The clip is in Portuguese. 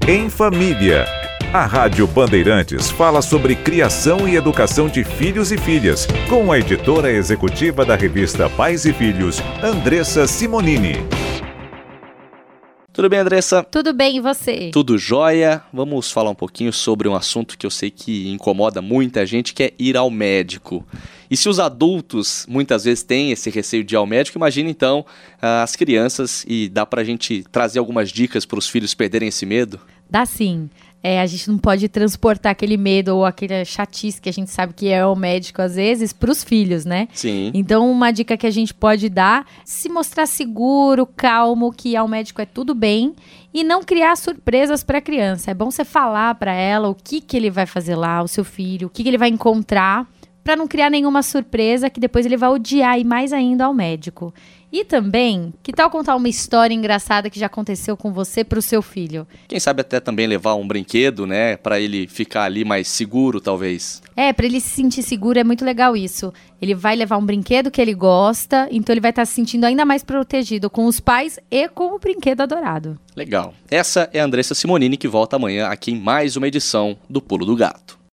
Em Família. A Rádio Bandeirantes fala sobre criação e educação de filhos e filhas, com a editora executiva da revista Pais e Filhos, Andressa Simonini. Tudo bem, Andressa? Tudo bem, e você? Tudo jóia. Vamos falar um pouquinho sobre um assunto que eu sei que incomoda muita gente, que é ir ao médico. E se os adultos muitas vezes têm esse receio de ir ao médico, imagina então as crianças, e dá pra gente trazer algumas dicas para os filhos perderem esse medo? Dá sim. A gente não pode transportar aquele medo ou aquela chatice que a gente sabe que é o médico às vezes para os filhos, né? Sim. Então, uma dica que a gente pode dar, se mostrar seguro, calmo, que ir ao médico é tudo bem e não criar surpresas para a criança. É bom você falar para ela o que ele vai fazer lá, o seu filho, o que ele vai encontrar, para não criar nenhuma surpresa que depois ele vai odiar e mais ainda ao médico. E também, que tal contar uma história engraçada que já aconteceu com você para o seu filho? Quem sabe até também levar um brinquedo, né? Para ele ficar ali mais seguro, talvez. Para ele se sentir seguro é muito legal isso. Ele vai levar um brinquedo que ele gosta, então ele vai estar se sentindo ainda mais protegido com os pais e com o brinquedo adorado. Legal. Essa é a Andressa Simonini, que volta amanhã aqui em mais uma edição do Pulo do Gato.